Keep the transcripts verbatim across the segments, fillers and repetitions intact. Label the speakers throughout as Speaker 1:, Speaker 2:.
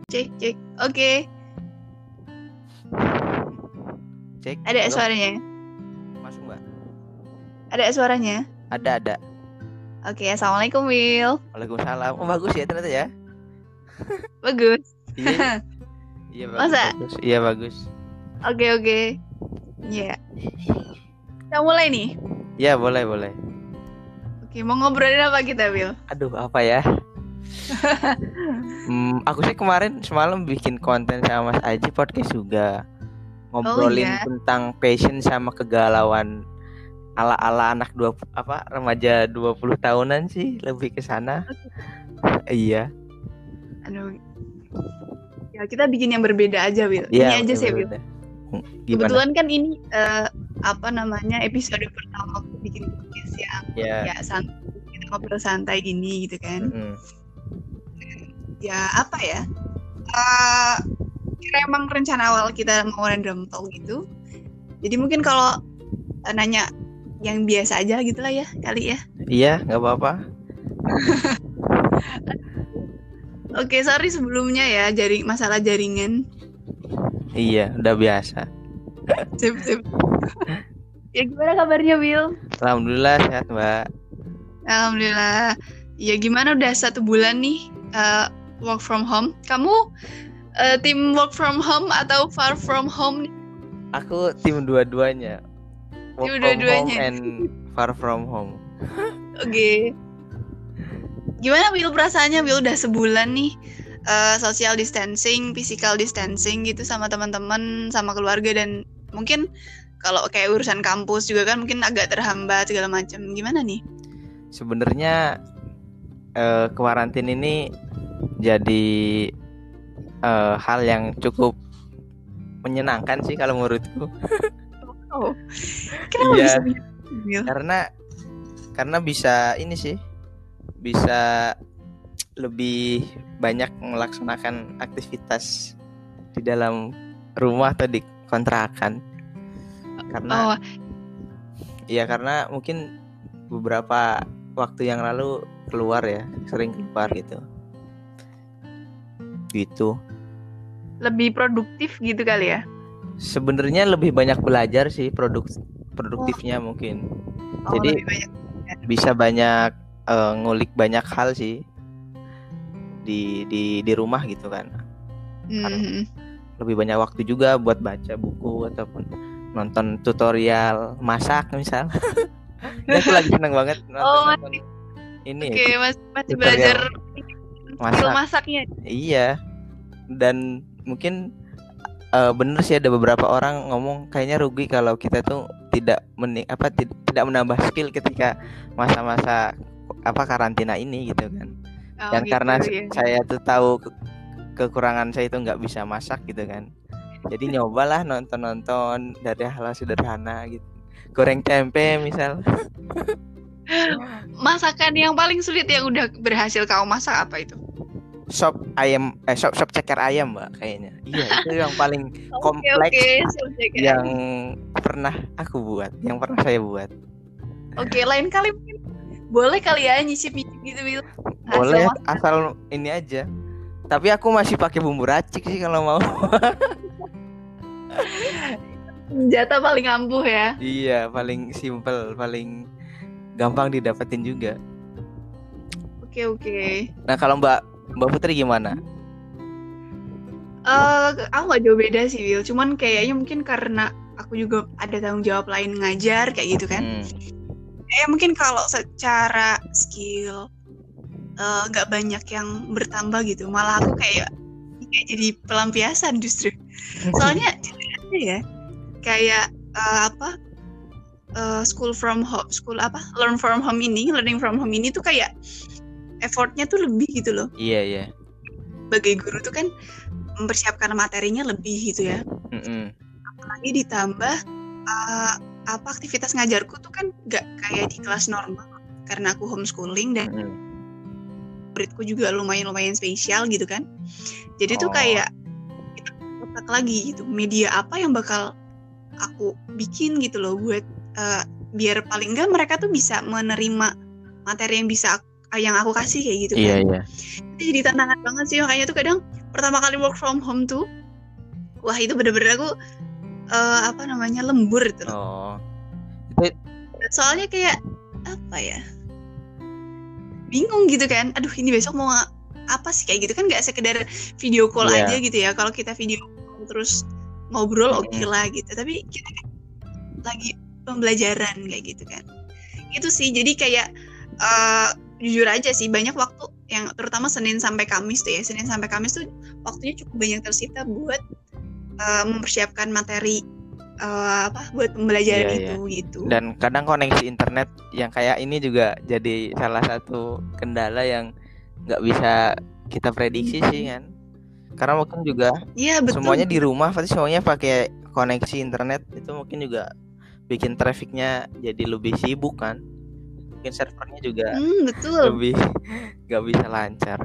Speaker 1: Cek, cek. Oke.
Speaker 2: Cek.
Speaker 1: Ada
Speaker 2: Halo?
Speaker 1: suaranya?
Speaker 2: Masuk, Mbak.
Speaker 1: Ada suaranya?
Speaker 2: Ada, ada.
Speaker 1: Oke, assalamualaikum Will.
Speaker 2: Waalaikumsalam. Oh, bagus ya ternyata ya.
Speaker 1: Bagus.
Speaker 2: Iya. Iya bagus.
Speaker 1: Masa?
Speaker 2: Bagus. Iya bagus.
Speaker 1: Oke, oke. Iya. Kita mulai nih.
Speaker 2: Iya, boleh, boleh.
Speaker 1: Oke, mau ngobrolin apa kita, Will?
Speaker 2: Aduh, apa ya? hmm, aku sih kemarin semalam bikin konten sama Mas Aji podcast juga. Ngobrolin
Speaker 1: Oh, iya?
Speaker 2: tentang passion sama kegalauan ala-ala anak dua apa remaja dua puluh tahunan sih, lebih ke sana. Iya.
Speaker 1: Aduh. Ya, kita bikin yang berbeda aja, Will.
Speaker 2: Ya,
Speaker 1: ini aja sih, Will.
Speaker 2: Gimana?
Speaker 1: Kebetulan kan ini uh, apa namanya episode pertama aku bikin podcast yang
Speaker 2: yeah.
Speaker 1: ya santai, kita ngobrol santai gini gitu kan.
Speaker 2: Mm-hmm.
Speaker 1: Ya apa ya? Uh, kira emang rencana awal kita mau random talk gitu. Jadi mungkin kalau uh, nanya yang biasa aja gitulah ya kali ya.
Speaker 2: Iya, nggak apa-apa.
Speaker 1: Oke, sorry sebelumnya ya jaring masalah jaringan.
Speaker 2: Iya, udah biasa.
Speaker 1: Sip, sip. Ya gimana kabarnya, Will?
Speaker 2: Alhamdulillah sehat, Mbak.
Speaker 1: Alhamdulillah. Ya gimana udah satu bulan nih uh, work from home. Kamu uh, tim work from home atau far from home?
Speaker 2: Aku tim dua-duanya. Work
Speaker 1: tim
Speaker 2: from
Speaker 1: dua-duanya.
Speaker 2: home and far from home.
Speaker 1: Oke. Okay. Gimana Will perasaannya? Will udah sebulan nih uh, social distancing, physical distancing gitu sama teman-teman, sama keluarga, dan mungkin kalau kayak urusan kampus juga kan mungkin agak terhambat segala macam. Gimana nih?
Speaker 2: Sebenarnya uh, karantina ini jadi uh, hal yang cukup menyenangkan sih kalau menurutku.
Speaker 1: Oh, kenapa
Speaker 2: ya,
Speaker 1: bisa Will?
Speaker 2: Karena karena bisa ini sih. Bisa lebih banyak melaksanakan aktivitas di dalam rumah atau di kontrakan. Karena
Speaker 1: oh.
Speaker 2: ya karena mungkin beberapa waktu yang lalu keluar ya, sering keluar gitu. Gitu.
Speaker 1: Lebih produktif gitu kali ya?
Speaker 2: Sebenarnya lebih banyak belajar sih, produk produktifnya oh. mungkin.
Speaker 1: Oh,
Speaker 2: Jadi
Speaker 1: banyak.
Speaker 2: bisa banyak Uh, ngulik banyak hal sih di di di rumah gitu kan.
Speaker 1: Mm-hmm.
Speaker 2: Lebih banyak waktu juga buat baca buku ataupun nonton tutorial masak misal. Ini aku lagi seneng banget nonton,
Speaker 1: oh,
Speaker 2: nonton ini.
Speaker 1: Oke, okay, masih masih belajar
Speaker 2: masak.
Speaker 1: masaknya.
Speaker 2: Iya. Dan mungkin uh, bener sih ada beberapa orang ngomong kayaknya rugi kalau kita tuh tidak menik apa t- tidak menambah skill ketika masa-masa apa karantina ini gitu kan. Oh, dan gitu, karena ya. Saya tuh tahu ke- kekurangan saya itu nggak bisa masak gitu kan, jadi nyobalah nonton-nonton dari hal sederhana gitu, goreng tempe misal.
Speaker 1: Masakan yang paling sulit yang udah berhasil kamu masak apa itu?
Speaker 2: Sop ayam eh sop sop ceker ayam Mbak kayaknya. Iya itu yang paling kompleks okay, okay. yang pernah aku buat, yang pernah saya buat.
Speaker 1: Oke, okay, lain kali mungkin boleh kali ya nyicip-nyicip gitu, Will.
Speaker 2: Boleh, asal ini aja. Tapi aku masih pakai bumbu racik sih kalau mau.
Speaker 1: Senjata paling ampuh ya.
Speaker 2: Iya, paling simple, paling gampang didapetin juga.
Speaker 1: Oke, oke.
Speaker 2: Nah, kalau Mbak Mbak Putri gimana?
Speaker 1: Eh, uh, aku gak jauh beda sih, Will. Cuman kayaknya mungkin karena aku juga ada tanggung jawab lain ngajar kayak gitu kan. Hmm. Eh mungkin kalau secara skill nggak uh, banyak yang bertambah gitu, malah aku kayak kayak jadi pelampiasan justru. Soalnya ada ya kayak uh, apa uh, school from home, school apa learn from home ini, learning from home ini tuh kayak effortnya tuh lebih gitu loh.
Speaker 2: Iya iya.
Speaker 1: Sebagai guru tuh kan mempersiapkan materinya lebih gitu ya.
Speaker 2: Mm-mm.
Speaker 1: Apalagi ditambah uh, apa aktivitas ngajarku tuh kan nggak kayak di kelas normal karena aku homeschooling dan mm. muridku juga lumayan-lumayan spesial gitu kan. Jadi oh. tuh kayak kita otak lagi gitu, media apa yang bakal aku bikin gitu loh buat uh, biar paling enggak mereka tuh bisa menerima materi yang bisa aku, yang aku kasih kayak gitu kan.
Speaker 2: Iya iya.
Speaker 1: Itu jadi tantangan banget sih, makanya tuh kadang pertama kali work from home tuh, wah itu bener-bener aku uh, apa namanya lembur itu loh.
Speaker 2: Oh.
Speaker 1: Soalnya kayak apa ya, bingung gitu kan. Aduh ini besok mau apa sih kayak gitu kan, nggak sekedar video call yeah. aja gitu ya. Kalau kita video call terus ngobrol oke okay lah gitu, tapi kita kan lagi pembelajaran kayak gitu kan. Itu sih jadi kayak uh, jujur aja sih banyak waktu yang terutama Senin sampai Kamis tuh ya. Senin sampai Kamis tuh waktunya cukup banyak tersita buat uh, mempersiapkan materi uh, apa buat pembelajaran yeah, itu yeah. gitu.
Speaker 2: Dan kadang koneksi internet yang kayak ini juga jadi salah satu kendala yang nggak bisa kita prediksi hmm. sih kan. Karena mungkin juga
Speaker 1: yeah, betul.
Speaker 2: Semuanya di rumah, pasti semuanya pakai koneksi internet, itu mungkin juga bikin trafficnya jadi lebih sibuk kan. Mungkin servernya juga
Speaker 1: hmm, betul.
Speaker 2: lebih nggak bisa lancar.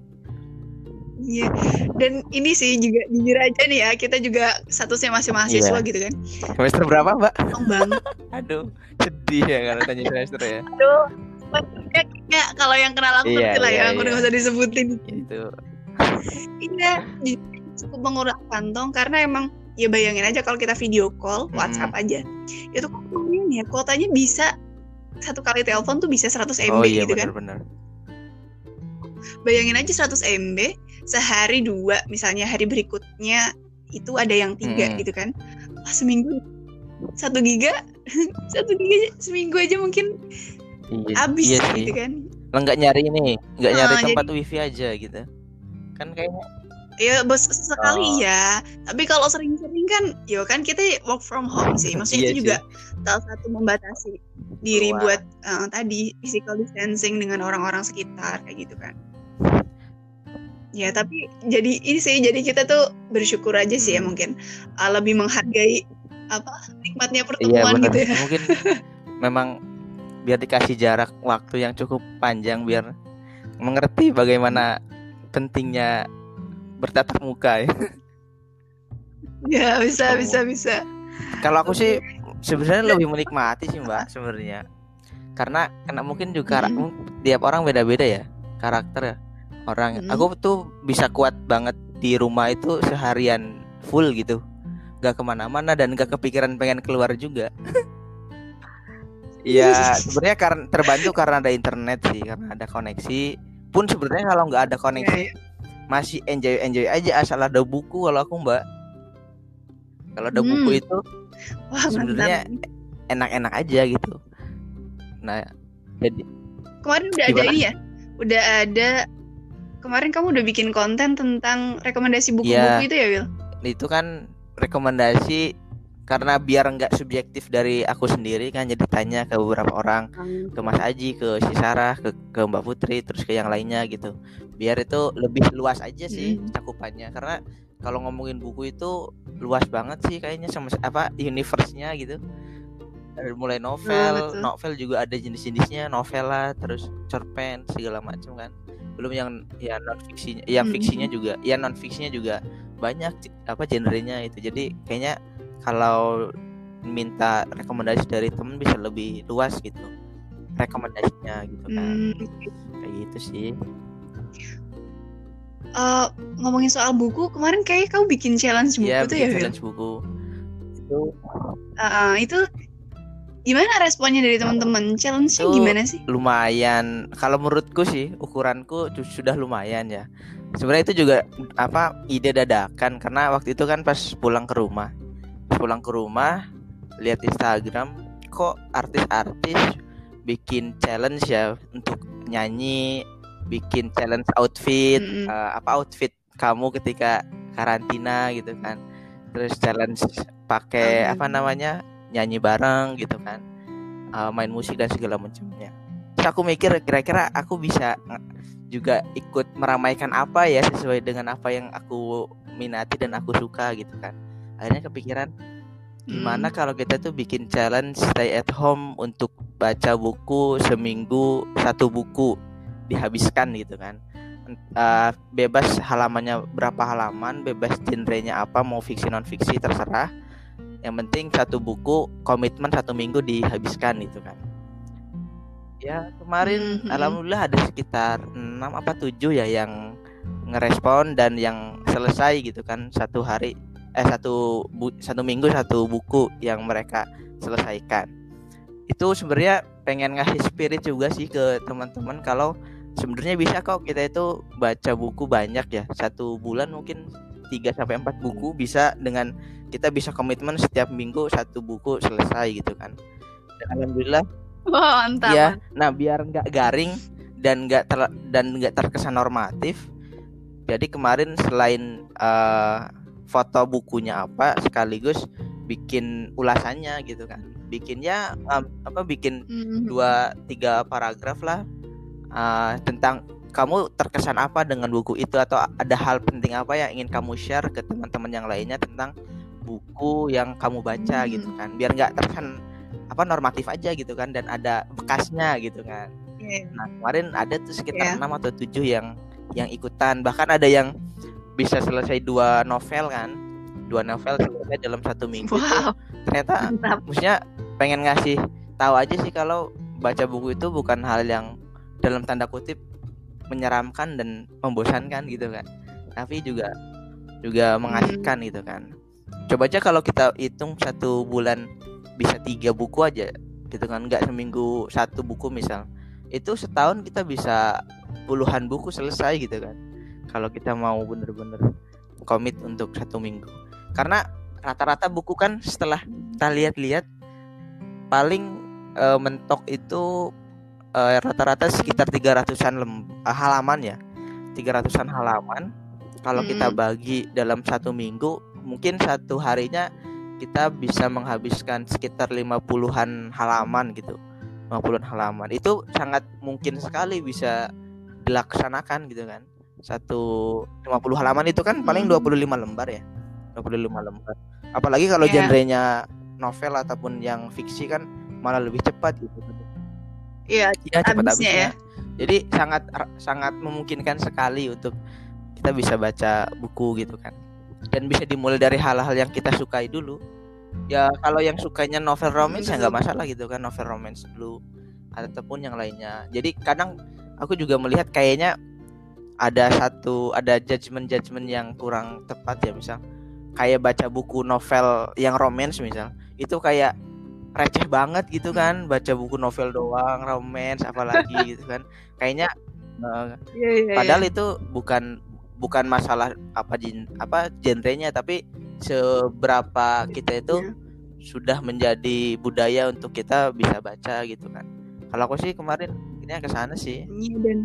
Speaker 1: Iya, dan ini sih juga jujur aja nih ya, kita juga statusnya masih mahasiswa yeah. gitu kan.
Speaker 2: Semester berapa Mbak?
Speaker 1: Oh, bang.
Speaker 2: Aduh, sedih ya kalau tanya semester ya.
Speaker 1: Aduh, ya, kalau yang kenal aku
Speaker 2: yeah,
Speaker 1: ngerti lah
Speaker 2: yeah,
Speaker 1: ya, aku udah
Speaker 2: yeah.
Speaker 1: gak usah disebutin.
Speaker 2: Itu.
Speaker 1: Iya, cukup menguras kantong karena emang ya bayangin aja kalau kita video call, hmm. WhatsApp aja, itu kuotanya ya, kuotanya bisa satu kali telepon tuh bisa seratus M B
Speaker 2: oh, iya,
Speaker 1: gitu
Speaker 2: bener-bener.
Speaker 1: kan. Bayangin aja seratus M B sehari dua, misalnya hari berikutnya itu ada yang tiga hmm. gitu kan. Wah, seminggu satu giga, satu giga seminggu aja mungkin
Speaker 2: iya,
Speaker 1: habis
Speaker 2: iya
Speaker 1: gitu kan.
Speaker 2: Lah nggak nyari ini, nggak nyari
Speaker 1: nah,
Speaker 2: tempat
Speaker 1: jadi,
Speaker 2: wifi aja gitu. Kan kayaknya
Speaker 1: ya bos sekali oh. ya. Tapi kalau sering-sering kan, ya kan kita work from home sih. Maksudnya
Speaker 2: iya
Speaker 1: itu
Speaker 2: sih.
Speaker 1: juga salah satu membatasi diri
Speaker 2: Wah.
Speaker 1: buat uh, tadi physical distancing dengan orang-orang sekitar kayak gitu kan. Ya tapi jadi ini sih, jadi kita tuh bersyukur aja sih ya mungkin uh, lebih menghargai apa nikmatnya pertemuan
Speaker 2: iya,
Speaker 1: gitu ya.
Speaker 2: Mungkin memang biar dikasih jarak waktu yang cukup panjang biar mengerti bagaimana pentingnya bertatap muka ya.
Speaker 1: Ya bisa oh. bisa bisa.
Speaker 2: Kalau aku sih sebenarnya lebih menikmati sih Mbak sebenarnya. Karena karena mungkin juga hmm. tiap orang beda-beda ya karakter ya. Orang hmm. aku tuh bisa kuat banget di rumah itu seharian full gitu, gak kemana-mana dan gak kepikiran pengen keluar juga. Ya sebenarnya karena terbantu karena ada internet sih, karena ada koneksi. Pun sebenarnya kalau nggak ada koneksi ya, ya. masih enjoy enjoy aja asal ada buku. Kalau aku Mbak, kalau ada hmm. buku itu wah, sebenarnya enak-enak aja gitu. Nah jadi
Speaker 1: kemarin udah gimana? Ada ini ya, udah ada. Kemarin kamu udah bikin konten tentang rekomendasi buku-buku ya, itu ya, Will?
Speaker 2: Itu kan rekomendasi karena biar nggak subjektif dari aku sendiri kan, jadi tanya ke beberapa orang, hmm. ke Mas Aji, ke si Sarah, ke, ke Mbak Putri, terus ke yang lainnya gitu. Biar itu lebih luas aja sih hmm. cakupannya. Karena kalau ngomongin buku itu luas banget sih kayaknya sama apa universe-nya gitu. Dari mulai novel, oh, novel juga ada jenis-jenisnya, novela, terus cerpen segala macam kan. Belum yang ya non fiksinya, yang hmm. fiksinya juga, ya non fiksinya juga banyak apa genrenya itu. Jadi kayaknya kalau minta rekomendasi dari temen bisa lebih luas gitu rekomendasinya gitu kan. Hmm. Kayak gitu sih.
Speaker 1: Uh, ngomongin soal buku, kemarin kayak kamu bikin challenge buku
Speaker 2: ya,
Speaker 1: tuh ya?
Speaker 2: Challenge buku. Itu
Speaker 1: uh, itu gimana responnya dari teman-teman? Challenge-nya gimana sih?
Speaker 2: Lumayan. Kalau menurutku sih, ukuranku sudah lumayan ya. Sebenarnya itu juga apa ide dadakan karena waktu itu kan pas pulang ke rumah. Pulang ke rumah, lihat Instagram, kok artis-artis bikin challenge ya untuk nyanyi, bikin challenge outfit, mm-hmm. uh, apa outfit kamu ketika karantina gitu kan. Terus challenge pakai mm-hmm. apa namanya? nyanyi bareng gitu kan, uh, main musik dan segala macamnya. Terus aku mikir kira-kira aku bisa juga ikut meramaikan apa ya sesuai dengan apa yang aku minati dan aku suka gitu kan. Akhirnya kepikiran gimana hmm. kalau kita tuh bikin challenge stay at home untuk baca buku seminggu satu buku dihabiskan gitu kan. Uh, bebas halamannya berapa halaman, bebas genrenya apa, mau fiksi non fiksi terserah. Yang penting satu buku komitmen satu minggu dihabiskan gitu kan. Ya kemarin mm-hmm. alhamdulillah ada sekitar enam apa tujuh ya yang ngerespon dan yang selesai gitu kan satu hari eh satu bu, satu minggu satu buku yang mereka selesaikan. Itu sebenarnya pengen ngasih spirit juga sih ke teman-teman kalau sebenarnya bisa kok kita itu baca buku banyak ya. Satu bulan mungkin tiga sampai empat buku bisa dengan kita bisa komitmen setiap minggu satu buku selesai gitu kan. Dan alhamdulillah.
Speaker 1: Wah, mantap.
Speaker 2: Ya, nah biar nggak garing dan nggak ter, dan nggak terkesan normatif. Jadi kemarin selain uh, foto bukunya apa sekaligus bikin ulasannya gitu kan. Bikinnya um, apa bikin mm-hmm. dua tiga paragraf lah uh, tentang kamu terkesan apa dengan buku itu atau ada hal penting apa yang ingin kamu share ke teman-teman yang lainnya tentang buku yang kamu baca mm-hmm. gitu kan. Biar nggak terkesan apa normatif aja gitu kan dan ada bekasnya gitu kan. Yeah. Nah, kemarin ada tuh sekitar yeah. enam atau tujuh yang yang ikutan, bahkan ada yang bisa selesai dua novel kan. Dua novel selesai dalam satu minggu. Wow. Ternyata maksudnya pengen ngasih tahu aja sih kalau baca buku itu bukan hal yang dalam tanda kutip menyeramkan dan membosankan gitu kan. Tapi juga juga mengasihkan hmm. gitu kan. Coba aja kalau kita hitung satu bulan bisa tiga buku aja gitu kan, nggak seminggu satu buku misal, itu setahun kita bisa puluhan buku selesai gitu kan kalau kita mau bener-bener komit untuk satu minggu. Karena rata-rata buku kan setelah kita lihat-lihat paling e, mentok itu e, rata-rata sekitar tiga ratusan lem- halaman ya tiga ratusan halaman. Kalau hmm. kita bagi dalam satu minggu mungkin satu harinya kita bisa menghabiskan sekitar lima puluhan halaman gitu. lima puluhan halaman. Itu sangat mungkin sekali bisa dilaksanakan gitu kan. Satu lima puluh halaman itu kan paling dua puluh lima lembar ya. dua puluh lima lembar. Apalagi kalau yeah. genrenya novel ataupun yang fiksi kan malah lebih cepat gitu.
Speaker 1: Iya,
Speaker 2: yeah, ya, cepat habisnya. Ya. Jadi sangat sangat memungkinkan sekali untuk kita bisa baca buku gitu kan. Dan bisa dimulai dari hal-hal yang kita sukai dulu. Ya kalau yang sukanya novel romance ya nggak masalah gitu kan, novel romance dulu ataupun yang lainnya. Jadi kadang aku juga melihat kayaknya ada satu ada judgement-judgement yang kurang tepat ya, misal kayak baca buku novel yang romance misal itu kayak receh banget gitu kan, baca buku novel doang romance apalagi gitu kan. Kayaknya uh, yeah, yeah, padahal yeah. itu bukan bukan masalah apa jin, apa genrenya, tapi seberapa kita itu yeah. sudah menjadi budaya untuk kita bisa baca gitu kan. Kalau aku sih kemarin ini ke sana sih.
Speaker 1: Iya dan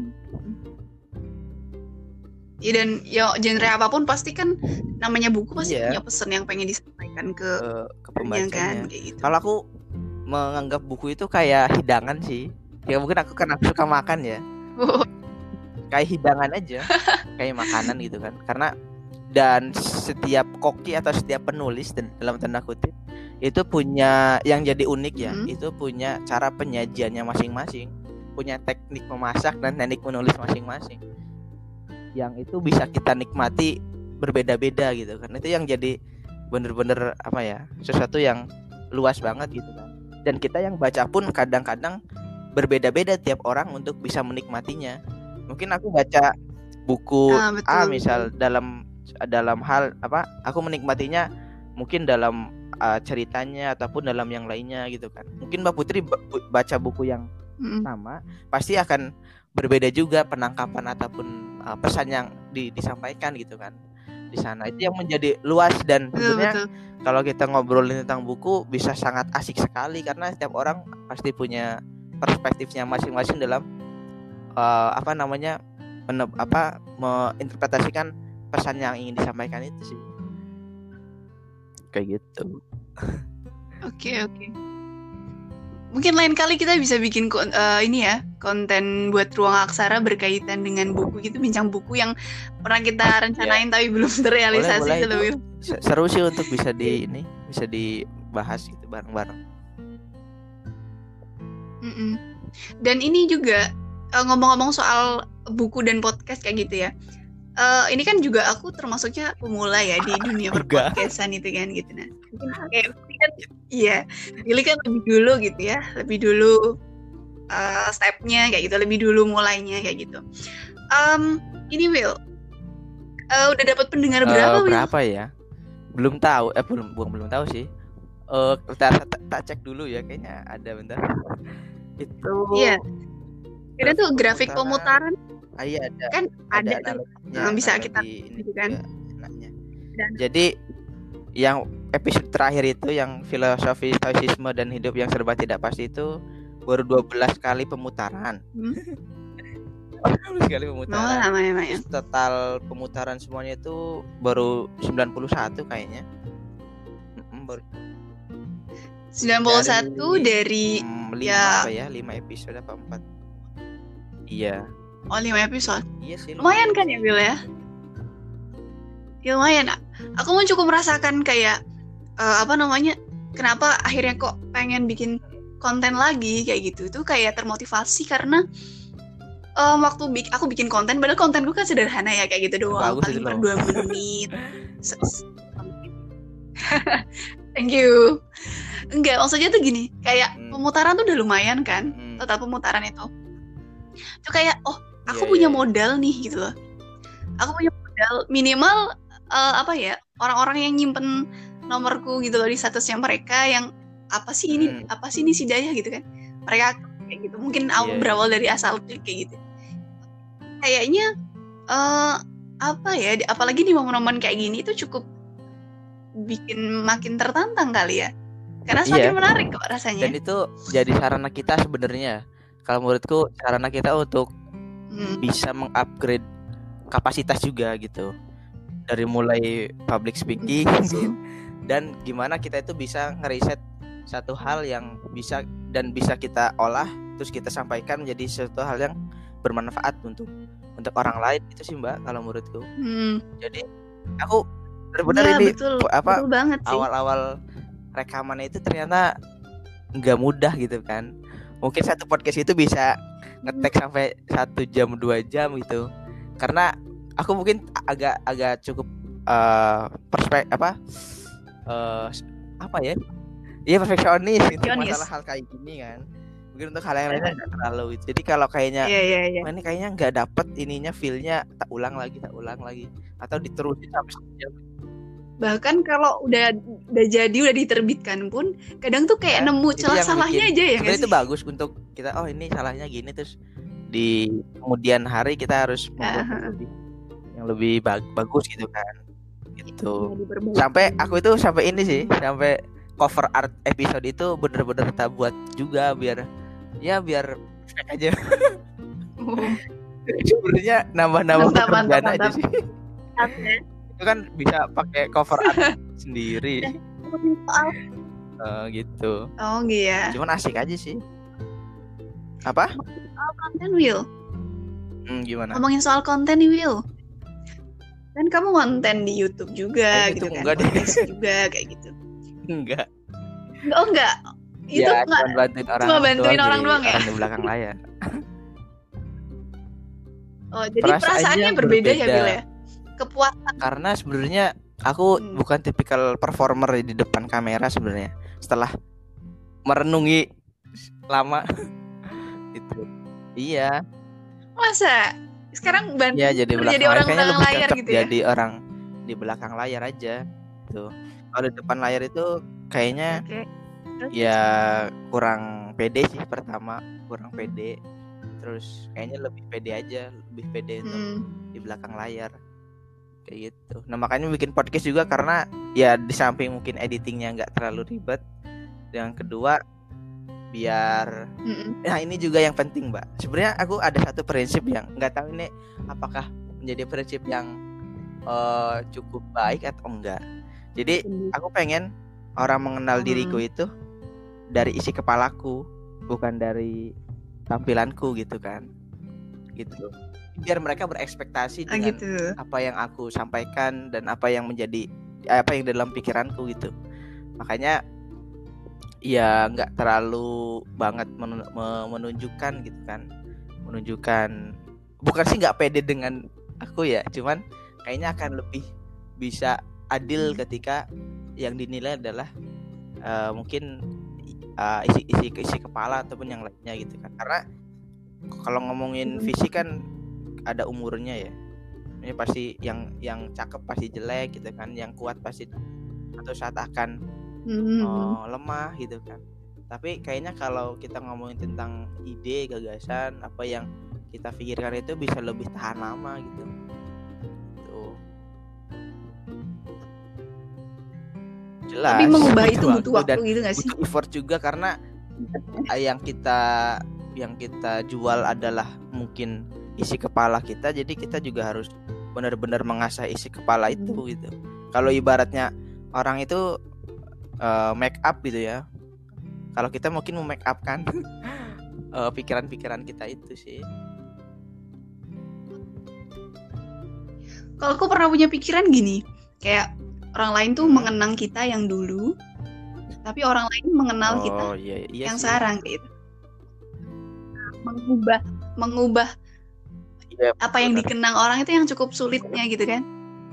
Speaker 1: Iya dan ya genre apapun pasti kan namanya buku pasti yeah. punya pesan yang pengen disampaikan ke
Speaker 2: ke, ke pembacanya kan, kayak gitu. Kalau aku menganggap buku itu kayak hidangan sih. Ya mungkin aku kan aku suka makan ya. Oh. Kayak hidangan aja, kayak makanan gitu kan. Karena dan setiap koki atau setiap penulis dan dalam tanda kutip itu punya yang jadi unik ya, hmm. itu punya cara penyajiannya masing-masing, punya teknik memasak dan teknik menulis masing-masing. Yang itu bisa kita nikmati berbeda-beda gitu kan. Itu yang jadi bener-bener apa ya, sesuatu yang luas banget gitu kan. Dan kita yang baca pun kadang-kadang berbeda-beda tiap orang untuk bisa menikmatinya. Mungkin aku baca buku ah, A misal dalam dalam hal apa aku menikmatinya mungkin dalam uh, ceritanya ataupun dalam yang lainnya gitu kan. Mungkin Mbak Putri b- baca buku yang mm. sama pasti akan berbeda juga penangkapan ataupun uh, pesan yang di, disampaikan gitu kan di sana. Itu yang menjadi luas dan sebenarnya kalau kita ngobrolin tentang buku bisa sangat asik sekali karena setiap orang pasti punya perspektifnya masing-masing dalam Uh, apa namanya men- apa menginterpretasikan pesan yang ingin disampaikan itu sih kayak gitu.
Speaker 1: Oke okay, oke. Okay. Mungkin lain kali kita bisa bikin kon- uh, ini ya konten buat Ruang Aksara berkaitan dengan buku gitu, bincang buku yang pernah kita rencanain yeah. tapi belum terrealisasi. Boleh, boleh,
Speaker 2: itu seru sih untuk bisa di ini bisa dibahas gitu bareng-bareng.
Speaker 1: Mm-mm. Dan ini juga Uh, ngomong-ngomong soal buku dan podcast kayak gitu ya, uh, ini kan juga aku termasuknya pemula ya di dunia perpodcastan itu kan gitu. Nah, kayak kan iya, Billy kan lebih dulu gitu ya, lebih dulu uh, stepnya kayak gitu, lebih dulu mulainya kayak gitu. Um, ini Will, Uh, udah dapat pendengar
Speaker 2: uh,
Speaker 1: berapa?
Speaker 2: Berapa Will? Ya? Belum tahu. Eh belum belum belum tahu sih. Uh, kita tak, tak cek dulu ya, kayaknya ada bentar. Itu.
Speaker 1: Iya. Kira tuh grafik pemutaran.
Speaker 2: Ah, iya ada.
Speaker 1: Kan ada, ada tuh. Nah, bisa kita
Speaker 2: ini kan. Dan... Jadi yang episode terakhir itu yang filosofi stoicisme dan hidup yang serba tidak pasti itu baru dua belas kali pemutaran. Hmm? dua belas kali pemutaran. Oh, lama, lama, ya. Total pemutaran semuanya itu baru sembilan puluh satu kayaknya. Baru
Speaker 1: sembilan puluh satu dari, dari
Speaker 2: hmm, lima ya. Apa ya? lima episode apa empat? Iya.
Speaker 1: Oh, lima episode.
Speaker 2: Iya sih.
Speaker 1: Lumayan kan ya, Bill ya? Ya lumayan. Aku mau cukup merasakan kayak uh, apa namanya? Kenapa akhirnya kok pengen bikin konten lagi kayak gitu? Itu kayak termotivasi karena um, waktu bik- aku bikin konten, padahal kontenku kan sederhana ya kayak gitu doang, paling per dua menit. Thank you. Enggak, maksudnya tuh gini, kayak hmm. pemutaran tuh udah lumayan kan, hmm. total pemutaran itu. Itu kayak, oh, aku yeah, punya yeah. modal nih gitu loh. Aku punya modal minimal uh, apa ya, orang-orang yang nyimpen nomorku gitu loh di statusnya mereka yang apa sih ini, hmm. apa sih ini si Daya gitu kan. Mereka kayak gitu, mungkin yeah. berawal dari asal klik kayak gitu. Kayaknya uh, apa ya, apalagi di momen-momen kayak gini itu cukup bikin makin tertantang kali ya. Karena semakin iya. menarik kok rasanya.
Speaker 2: Dan itu jadi sarana kita sebenarnya. Kalau menurutku sarana kita untuk hmm. bisa mengupgrade kapasitas juga gitu. Dari mulai public speaking hmm. dan gimana kita itu bisa ngeriset satu hal yang bisa dan bisa kita olah terus kita sampaikan menjadi suatu hal yang bermanfaat untuk untuk orang lain, itu sih Mbak kalau menurutku. Hmm. Jadi aku benar-benar ya, ini betul, apa betul banget sih. Awal-awal rekamannya itu ternyata nggak mudah gitu kan. Mungkin satu podcast itu bisa ngetek hmm. sampai satu jam dua jam gitu. Karena aku mungkin agak agak cukup uh, perspek apa uh, apa ya? Iya perfeksionis itu masalah hal kayak gini kan. Mungkin untuk hal yang lainnya nggak terlalu itu. Jadi kalau kayaknya yeah, yeah, yeah. ini kayaknya nggak dapet ininya feel-nya, tak ulang lagi, tak ulang lagi atau diterusin sampai sejam.
Speaker 1: Bahkan kalau udah udah jadi udah diterbitkan pun kadang tuh kayak ya, nemu celah salahnya aja ya
Speaker 2: kan. Itu bagus untuk kita, oh ini salahnya gini, terus di kemudian hari kita harus membuat uh-huh. lebih, yang lebih bag- bagus gitu kan. Gitu. Sampai aku itu sampai ini sih, sampai cover art episode itu bener-bener kita buat juga biar ya biar perfect aja. Oh. Sebenarnya nambah-nambah pekerjaan aja sih. Itu kan bisa pakai cover art sendiri. Uh, gitu.
Speaker 1: Oh iya.
Speaker 2: Cuman asik aja sih. Apa?
Speaker 1: Soal konten Will.
Speaker 2: Hmm, gimana?
Speaker 1: Ngomongin soal konten nih Will. Kan kamu konten di YouTube juga oh, gitu kan. Podcast juga kayak gitu.
Speaker 2: Enggak.
Speaker 1: Oh enggak. Itu
Speaker 2: ya,
Speaker 1: enggak.
Speaker 2: Cuma bantuin orang,
Speaker 1: cuma bantuin
Speaker 2: doang,
Speaker 1: orang doang ya.
Speaker 2: Orang di belakang layar.
Speaker 1: Oh, jadi perasaannya, perasaannya berbeda, berbeda ya, Bil ya. Kepuasan.
Speaker 2: Karena sebenarnya aku hmm. bukan tipikal performer di depan kamera sebenarnya. Setelah merenungi lama itu. Iya.
Speaker 1: Masa? Sekarang bantu
Speaker 2: ya, jadi,
Speaker 1: jadi orang belakang layar gitu ya.
Speaker 2: Jadi orang di belakang layar aja tuh. Kalau di depan layar itu kayaknya okay. ya kurang pede sih pertama, kurang pede. Terus kayaknya lebih pede aja, lebih pede untuk hmm. di belakang layar. Kayak gitu. Nah, makanya bikin podcast juga karena ya di samping mungkin editingnya enggak terlalu ribet. Yang kedua biar mm-mm. nah ini juga yang penting Mbak. Sebenarnya aku ada satu prinsip yang nggak tahu ini apakah menjadi prinsip yang uh, cukup baik atau enggak. Jadi aku pengen orang mengenal diriku itu dari isi kepalaku, bukan dari tampilanku gitu kan. Gitu. Biar mereka berekspektasi dengan ah, gitu. Apa yang aku sampaikan dan apa yang menjadi apa yang dalam pikiranku gitu. Makanya ya nggak terlalu banget menunjukkan gitu kan, menunjukkan bukan sih nggak pede dengan aku ya, cuman kayaknya akan lebih bisa adil ketika yang dinilai adalah uh, mungkin uh, isi isi isi kepala ataupun yang lainnya gitu kan. Karena kalau ngomongin fisik kan ada umurnya ya, ini pasti yang yang cakep pasti jelek gitu kan, yang kuat pasti atau saat akan
Speaker 1: Hmm.
Speaker 2: oh, lemah gitu kan. Tapi kayaknya kalau kita ngomongin tentang ide, gagasan, apa yang kita pikirkan itu bisa lebih tahan lama gitu. Tuh. Jelas.
Speaker 1: Tapi mengubah itu
Speaker 2: waktu
Speaker 1: butuh waktu
Speaker 2: dan
Speaker 1: gitu gak sih?
Speaker 2: butuh effort juga karena yang kita yang kita jual adalah mungkin isi kepala kita, jadi kita juga harus benar-benar mengasah isi kepala itu gitu. Kalau ibaratnya orang itu uh, make up gitu ya, kalau kita mungkin mau make up kan uh, pikiran-pikiran kita itu sih.
Speaker 1: Kalau aku pernah punya pikiran gini, kayak orang lain tuh hmm. mengenang kita yang dulu, tapi orang lain mengenal
Speaker 2: oh,
Speaker 1: kita
Speaker 2: iya, iya
Speaker 1: yang
Speaker 2: sih.
Speaker 1: sekarang gitu. Mengubah mengubah ya, apa yang dikenang orang itu yang cukup sulitnya gitu kan.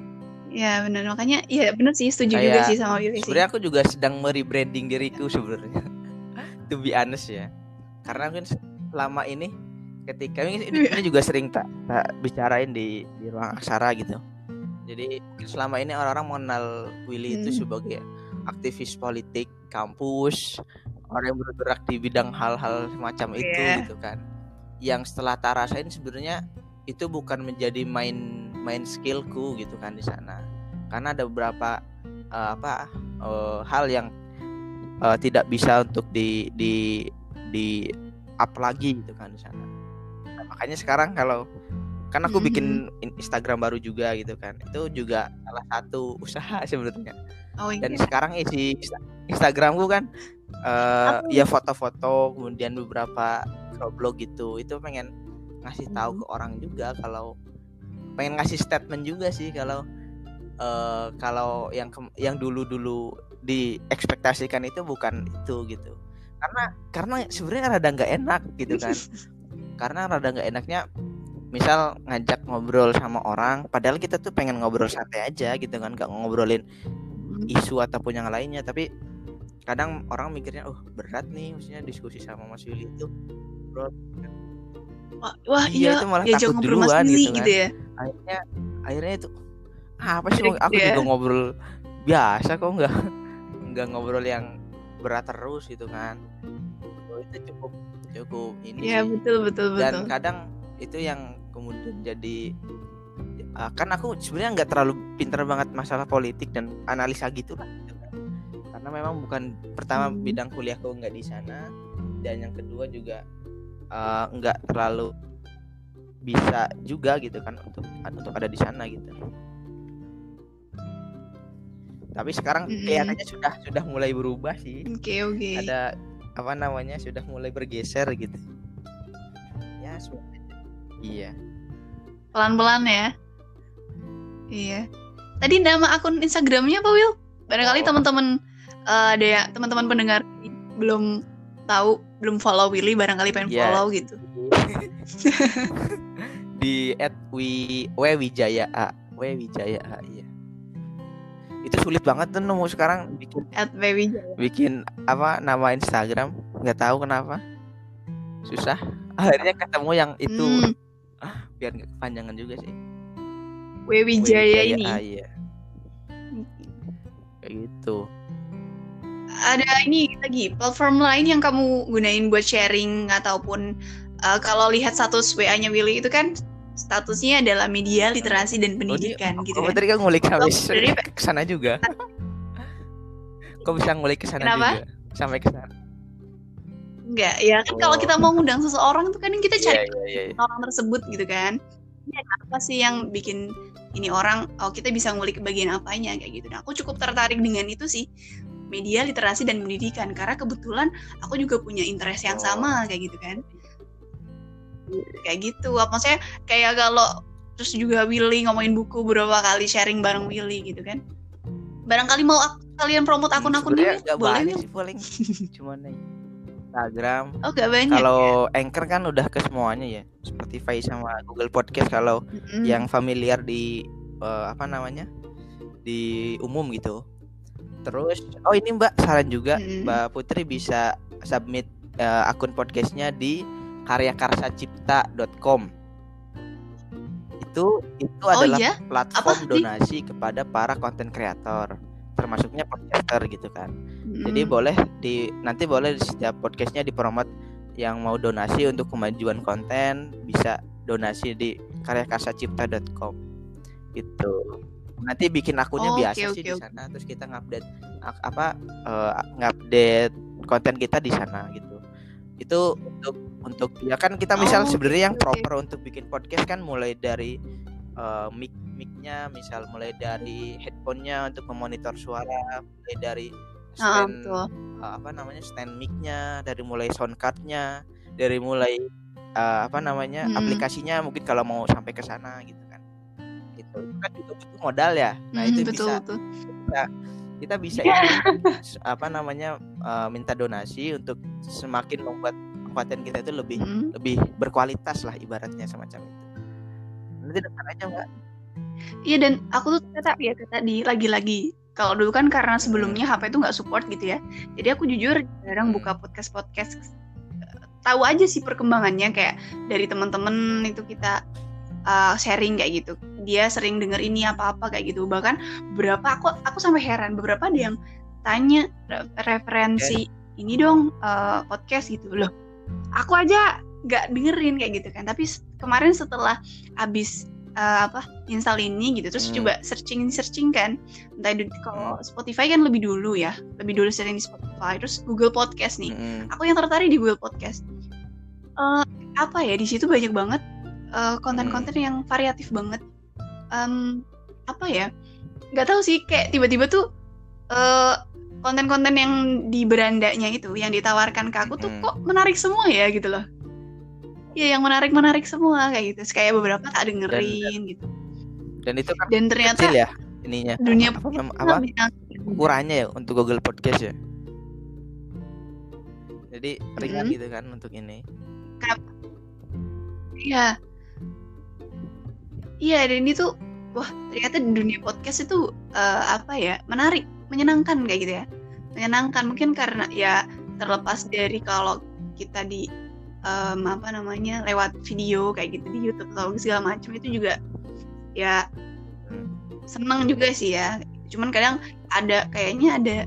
Speaker 1: Ya benar, makanya ya benar sih, setuju kayak, juga sih sama Willy sih.
Speaker 2: Sebenarnya aku juga sedang merebranding diriku sebenarnya. To be honest ya. Karena mungkin selama ini ketika ini, ini juga sering tak, tak bicarain di di ruang aksara gitu. Jadi selama ini orang-orang mengenal Willy hmm. itu sebagai aktivis politik kampus, orang yang bergerak di bidang hal-hal semacam yeah. itu gitu kan. Yang setelah tak rasain sebenarnya itu bukan menjadi main main skillku gitu kan di sana. Karena ada beberapa uh, apa uh, hal yang uh, tidak bisa untuk di di di up lagi gitu kan di sana. Nah, makanya sekarang kalau kan aku mm-hmm. bikin Instagram baru juga gitu kan. Itu juga salah satu usaha sebenarnya.
Speaker 1: Oh, iya.
Speaker 2: Dan sekarang isi Instagramku kan uh, ya foto-foto, kemudian beberapa vlog gitu. Itu pengen ngasih tahu mm-hmm. ke orang juga, kalau pengen ngasih statement juga sih kalau uh, kalau yang ke, yang dulu-dulu diekspektasikan itu bukan itu gitu. Karena karena sebenarnya rada nggak enak gitu kan. Karena rada nggak enaknya misal ngajak ngobrol sama orang, padahal kita tuh pengen ngobrol santai aja gitu kan, nggak ngobrolin isu ataupun yang lainnya. Tapi kadang orang mikirnya, oh berat nih, maksudnya diskusi sama Mas Willy itu, bro.
Speaker 1: Wah, wah iya,
Speaker 2: iya itu malah
Speaker 1: ya
Speaker 2: takut duluan gitu kan.
Speaker 1: Gitu ya?
Speaker 2: Akhirnya akhirnya itu apa sih? Aku ya? juga ngobrol biasa kok, nggak nggak ngobrol yang berat terus gitu kan. Oh, itu cukup cukup ini.
Speaker 1: Iya betul betul
Speaker 2: Dan
Speaker 1: betul.
Speaker 2: kadang itu yang kemudian jadi uh, kan aku sebenarnya nggak terlalu pintar banget masalah politik dan analisa gitu lah gitu kan. Karena memang bukan pertama hmm. bidang kuliahku nggak di sana, dan yang kedua juga uh, nggak terlalu bisa juga gitu kan untuk untuk ada di sana gitu. Tapi sekarang mm-hmm. kelihatannya sudah sudah mulai berubah sih.
Speaker 1: Oke okay, oke. Okay.
Speaker 2: Ada apa namanya, sudah mulai bergeser gitu. Ya sebenarnya. Iya.
Speaker 1: Pelan-pelan ya. Iya. Tadi nama akun Instagramnya apa, Will? Barangkali oh. teman-teman uh, ada ya, teman-teman pendengar belum tahu, belum follow Willy, barangkali pengen yeah. follow gitu.
Speaker 2: Di et wijaya a wijaya a iya. Itu sulit banget tuh nemu sekarang bikin
Speaker 1: et wijaya.
Speaker 2: Bikin apa nama Instagram, nggak tahu kenapa. Susah. Akhirnya ketemu yang itu. Hmm. Biar nggak kepanjangan juga sih.
Speaker 1: Wijaya ini.
Speaker 2: Ah, iya. Kayak gitu.
Speaker 1: Ada ini lagi platform lain yang kamu gunain buat sharing ataupun uh, kalau lihat status W A-nya Willy itu kan statusnya adalah media, literasi dan pendidikan oh, gitu kan.
Speaker 2: Kok tadi kan ngulik habis ke sana juga. Kok bisa ngulik ke sana juga sampai ke sana?
Speaker 1: Enggak, ya kan oh. kalau kita mau ngundang seseorang itu kan kita cari
Speaker 2: yeah, yeah, yeah.
Speaker 1: orang tersebut gitu kan. Ya, apa sih yang bikin ini orang, oh kita bisa ngulik bagian apanya kayak gitu. Nah, aku cukup tertarik dengan itu sih, media, literasi dan pendidikan, karena kebetulan aku juga punya interest yang oh. sama kayak gitu kan. Kayak gitu, maksudnya kayak kalau terus juga Willy ngomongin buku, berapa kali sharing bareng Willy gitu kan. Barangkali mau aku, kalian promote akun-akunnya
Speaker 2: hmm, boleh nih sih paling cuma nih Instagram.
Speaker 1: Oh gak banyak.
Speaker 2: Kalau ya? Anchor kan udah ke semuanya ya, Spotify sama Google Podcast kalau mm-hmm. yang familiar di uh, apa namanya di umum gitu. Terus oh ini Mbak saran juga mm-hmm. Mbak Putri bisa submit uh, akun podcastnya di karya karsa cipta dot com. itu itu
Speaker 1: Oh
Speaker 2: adalah
Speaker 1: iya?
Speaker 2: platform
Speaker 1: Apa?
Speaker 2: donasi kepada para konten kreator, termasuknya podcaster gitu kan.
Speaker 1: Hmm.
Speaker 2: Jadi boleh di nanti boleh di setiap podcastnya dipromot, yang mau donasi untuk kemajuan konten bisa donasi di karyakasacipta dot com gitu. Nanti bikin akunnya
Speaker 1: Oh,
Speaker 2: biasa
Speaker 1: oke
Speaker 2: sih
Speaker 1: oke
Speaker 2: di
Speaker 1: oke.
Speaker 2: sana, terus kita ngupdate ak- apa uh, ngupdate konten kita di sana gitu. Itu untuk untuk ya kan kita misal
Speaker 1: Oh, oke
Speaker 2: sebenarnya yang
Speaker 1: oke oke.
Speaker 2: proper untuk bikin podcast kan mulai dari uh, mic micnya, misal mulai dari headphone-nya untuk memonitor suara, mulai dari
Speaker 1: Ah,
Speaker 2: stand
Speaker 1: betul.
Speaker 2: uh, apa namanya stand micnya, dari mulai sound card-nya, dari mulai uh, apa namanya
Speaker 1: Hmm.
Speaker 2: aplikasinya, mungkin kalau mau sampai ke sana gitu kan. Gitu. Itu kan juga butuh modal ya. Nah,
Speaker 1: Hmm,
Speaker 2: itu
Speaker 1: betul
Speaker 2: bisa
Speaker 1: betul.
Speaker 2: kita kita bisa ini s- apa namanya uh, minta donasi untuk semakin membuat konten kita itu lebih
Speaker 1: Hmm.
Speaker 2: lebih berkualitas lah ibaratnya semacam itu. Nanti depan aja Mbak.
Speaker 1: Iya, dan aku tuh kata ya kata di lagi-lagi kalau dulu kan karena sebelumnya H P itu nggak support gitu ya, jadi aku jujur jarang
Speaker 2: Hmm.
Speaker 1: buka podcast podcast. Tahu aja sih perkembangannya kayak dari teman-teman itu kita uh, sharing kayak gitu, dia sering denger ini apa-apa kayak gitu, bahkan beberapa aku aku sampai heran beberapa ada yang tanya re- referensi ini dong uh, podcast gitu loh, aku aja nggak dengerin kayak gitu kan, tapi s- kemarin setelah abis uh, apa install ini gitu terus
Speaker 2: Hmm.
Speaker 1: coba searching searching kan, entah itu kalau Spotify kan lebih dulu ya, lebih dulu sering di Spotify, terus Google Podcast nih.
Speaker 2: Hmm.
Speaker 1: Aku yang tertarik di Google Podcast. Uh, apa ya, di situ banyak banget uh, konten-konten yang variatif banget. Um, apa ya? Nggak tahu sih, kayak tiba-tiba tuh uh, konten-konten yang di berandanya itu yang ditawarkan ke aku tuh
Speaker 2: Hmm.
Speaker 1: kok menarik semua ya gitu loh. Iya, yang menarik-menarik semua kayak gitu. Kayak beberapa tak dengerin
Speaker 2: Dan-
Speaker 1: gitu.
Speaker 2: Dan itu kan
Speaker 1: Dan ternyata
Speaker 2: kecil ya ininya.
Speaker 1: dunia
Speaker 2: apa,
Speaker 1: podcast
Speaker 2: apa
Speaker 1: yang
Speaker 2: ukurannya ya untuk Google Podcast ya. Jadi ringan
Speaker 1: Mm-mm.
Speaker 2: gitu kan untuk ini.
Speaker 1: Iya. Iya, dan ini tuh wah, ternyata di dunia podcast itu uh, apa ya? Menarik, menyenangkan kayak gitu ya. Menyenangkan mungkin karena ya terlepas dari kalau kita di um, apa namanya lewat video kayak gitu di YouTube atau segala macam, itu juga ya
Speaker 2: Hmm.
Speaker 1: seneng juga sih ya. Cuman kadang ada kayaknya ada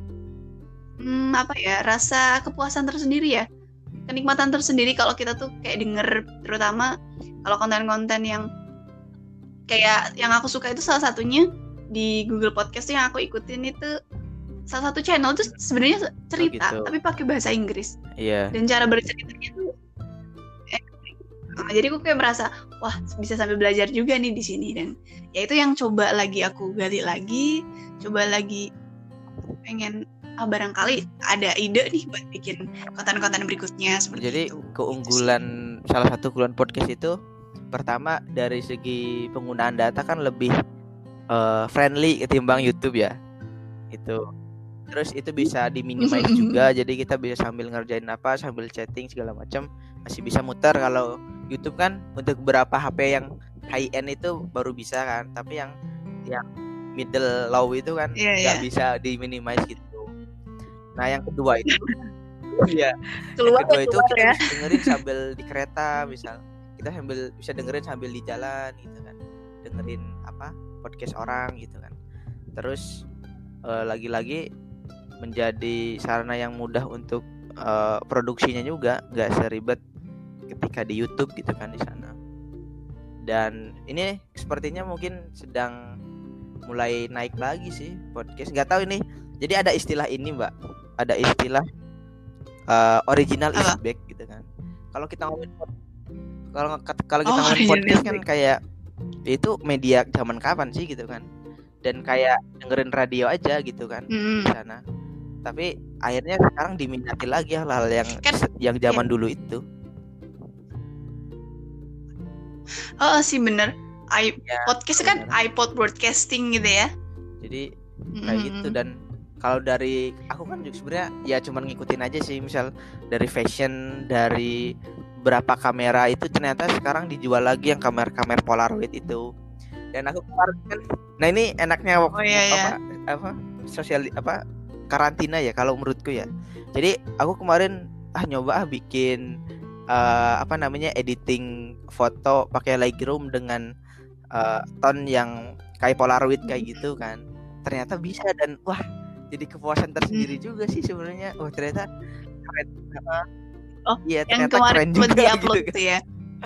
Speaker 1: hmm, apa ya, rasa kepuasan tersendiri ya, kenikmatan tersendiri kalau kita tuh kayak denger, terutama kalau konten-konten yang kayak yang aku suka itu salah satunya di Google Podcast yang aku ikutin itu salah satu channel itu sebenarnya cerita
Speaker 2: Oh, gitu.
Speaker 1: tapi pakai bahasa Inggris.
Speaker 2: Iya.
Speaker 1: Dan cara berceritanya tuh eh, uh, jadi aku kayak merasa wah bisa sambil belajar juga nih di sini, dan ya itu yang coba lagi aku gali lagi, coba lagi pengen ah, barangkali ada ide nih buat bikin konten-konten berikutnya seperti
Speaker 2: Jadi
Speaker 1: itu.
Speaker 2: keunggulan gitu, salah satu keunggulan podcast itu pertama dari segi penggunaan data kan lebih uh, friendly ketimbang YouTube ya. Itu. Terus itu bisa diminimize juga, jadi kita bisa sambil ngerjain apa, sambil chatting segala macam masih bisa muter. Kalau YouTube kan untuk beberapa H P yang high end itu baru bisa kan, tapi yang yang middle low itu kan
Speaker 1: Iya,
Speaker 2: nggak
Speaker 1: iya.
Speaker 2: bisa diminimize gitu. Nah yang kedua itu ya
Speaker 1: Keluar
Speaker 2: yang kedua
Speaker 1: ya,
Speaker 2: itu
Speaker 1: keluar
Speaker 2: kita
Speaker 1: ya.
Speaker 2: bisa dengerin sambil di kereta, misal kita sambil bisa dengerin sambil di jalan gitu kan, dengerin apa podcast orang gitu kan. Terus uh, lagi-lagi menjadi sarana yang mudah untuk uh, produksinya juga, nggak seribet ketika di YouTube gitu kan di sana. Dan ini sepertinya mungkin sedang mulai naik lagi sih podcast. Nggak tahu ini. Jadi ada istilah ini Mbak, ada istilah uh, original is back gitu kan. Kalau kita ngomongin kalau kalau kita
Speaker 1: Oh,
Speaker 2: ngomongin podcast kan
Speaker 1: back.
Speaker 2: kayak itu media zaman kapan sih gitu kan, dan kayak dengerin radio aja gitu kan
Speaker 1: hmm.
Speaker 2: di sana. Tapi akhirnya sekarang diminati lagi hal-hal yang
Speaker 1: kan,
Speaker 2: yang zaman
Speaker 1: ya.
Speaker 2: dulu itu.
Speaker 1: Oh sih bener. I,
Speaker 2: Ya,
Speaker 1: podcast kan
Speaker 2: bener.
Speaker 1: iPod broadcasting gitu ya.
Speaker 2: Jadi kayak mm-hmm. gitu. Dan kalau dari aku kan juga sebenarnya ya cuman ngikutin aja sih, misal dari fashion, dari berapa kamera itu ternyata sekarang dijual lagi yang kamera-kamera Polaroid itu. Dan aku kemarin kan, nah ini enaknya waktu
Speaker 1: oh, iya,
Speaker 2: apa
Speaker 1: iya.
Speaker 2: apa sosial apa karantina ya kalau menurutku ya. Jadi aku kemarin ah nyoba ah bikin uh, apa namanya editing foto pakai Lightroom dengan uh, tone yang kayak Polaroid kayak gitu kan. Ternyata bisa, dan wah jadi kepuasan tersendiri hmm. juga sih sebenarnya. Oh ternyata keren.
Speaker 1: Oh iya, ternyata keren juga gitu, gitu ya.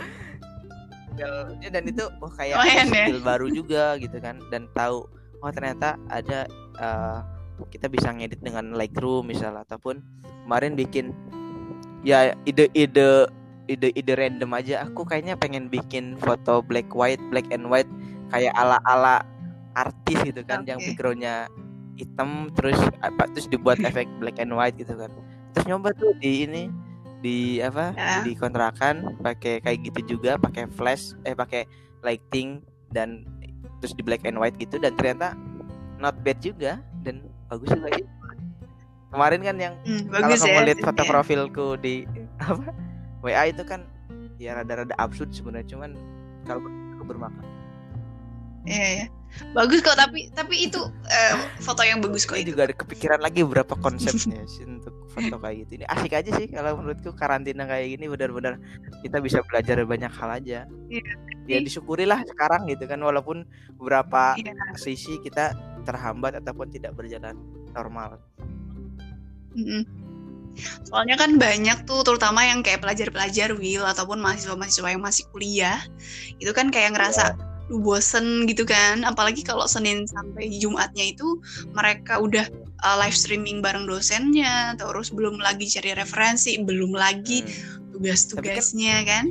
Speaker 2: Dan itu oh kayak oh, skill ya? baru juga gitu kan, dan tahu oh ternyata ada uh, kita bisa ngedit dengan Lightroom misal, ataupun kemarin bikin ya ide-ide ide-ide random aja. Aku kayaknya pengen bikin foto black white black and white kayak ala-ala artis gitu kan, okay. yang backgroundnya hitam terus apa terus dibuat efek black and white gitu kan. Terus nyoba tuh di ini di apa yeah. di kontrakan pakai kayak gitu juga, pakai flash eh pakai lighting dan terus di black and white gitu, dan ternyata not bad juga dan bagus juga sih. Kemarin kan yang hmm, kalau kamu ya, lihat foto ya. profilku di apa W A itu kan ya rada-rada absurd sebenarnya, cuman kalau aku bermakna.
Speaker 1: Iya ya. Bagus kok, tapi tapi itu uh, foto yang bagus kok.
Speaker 2: Ini juga ada kepikiran lagi beberapa konsepnya sih untuk foto kayak gitu. Ini asik aja sih kalau menurutku, karantina kayak gini benar-benar kita bisa belajar banyak hal aja. Iya. Ya disyukurilah sekarang gitu kan, walaupun beberapa iya. sisi kita terhambat ataupun tidak berjalan normal.
Speaker 1: Mm-hmm. Soalnya kan banyak tuh, terutama yang kayak pelajar-pelajar Will ataupun mahasiswa-mahasiswa yang masih kuliah, itu kan kayak ngerasa yeah. Duh, bosen gitu kan, apalagi kalau Senin sampai Jumatnya itu mereka udah uh, live streaming bareng dosennya, terus belum lagi cari referensi, belum lagi hmm. tugas-tugasnya kan.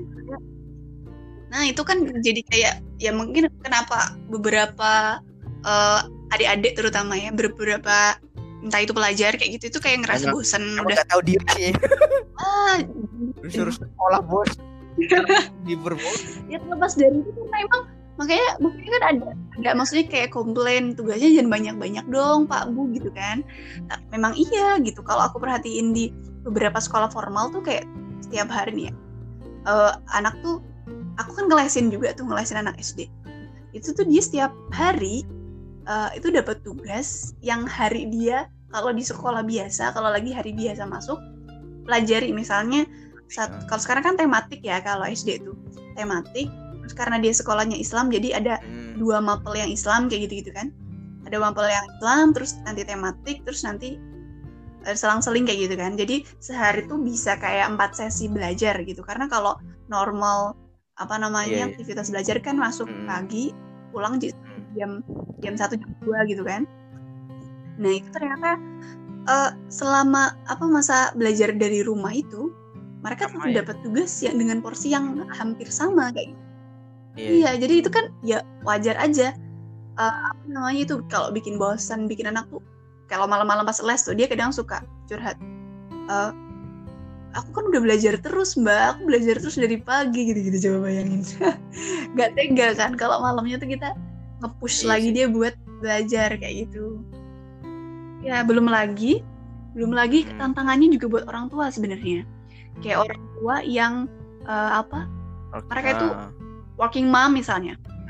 Speaker 1: Nah itu kan jadi kayak ya mungkin kenapa beberapa uh, adik-adik terutama ya, beberapa entah itu pelajar kayak gitu itu kayak ngerasa
Speaker 2: Emang,
Speaker 1: bosen
Speaker 2: udah nggak tahu diri sih.
Speaker 1: Ah,
Speaker 2: suruh sekolah bos. Di berbos.
Speaker 1: Ya terlepas dari itu kan emang makanya makanya kan ada ada maksudnya kayak komplain tugasnya jangan banyak-banyak dong Pak Bu gitu kan. Nah, memang iya gitu, kalau aku perhatiin di beberapa sekolah formal tuh kayak setiap hari nih ya uh, anak tuh, aku kan ngelesin juga tuh, ngelesin anak S D itu tuh dia setiap hari uh, itu dapat tugas yang hari dia kalau di sekolah biasa, kalau lagi hari biasa masuk pelajari misalnya saat, kalau sekarang kan tematik ya kalau S D tuh tematik. Terus karena dia sekolahnya Islam, jadi ada hmm. dua mapel yang Islam kayak gitu-gitu kan. Ada mapel yang Islam, terus nanti tematik, terus nanti uh, selang-seling kayak gitu kan. Jadi sehari tuh bisa kayak empat sesi belajar gitu. Karena kalau normal apa namanya yeah, aktivitas yeah. belajar kan masuk hmm. pagi, pulang jam jam satu jam dua gitu kan. Nah itu ternyata uh, selama apa masa belajar dari rumah itu, mereka tetap dapat tugas yang dengan porsi yang hampir sama kayak gitu. Iya, iya, jadi itu kan ya wajar aja. Uh, apa namanya itu kalau bikin bosan, bikin anak tuh kalau malam-malam pas les tuh dia kadang suka curhat. Uh, aku kan udah belajar terus mbak, aku belajar terus dari pagi gitu-gitu, coba bayangin. Gak tega kan kalau malamnya tuh kita nge-push iya, lagi dia buat belajar kayak gitu. Ya belum lagi, belum lagi hmm. tantangannya juga buat orang tua sebenarnya. Kayak orang tua yang uh, apa? Okay. Mereka itu working mom misalnya,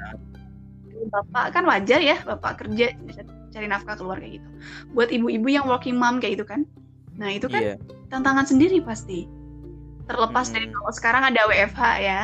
Speaker 1: bapak kan wajar ya, bapak kerja cari nafkah keluar kayak gitu. Buat ibu-ibu yang working mom kayak gitu kan, nah itu kan yeah. tantangan sendiri pasti. Terlepas hmm. dari kalau sekarang ada W F H ya.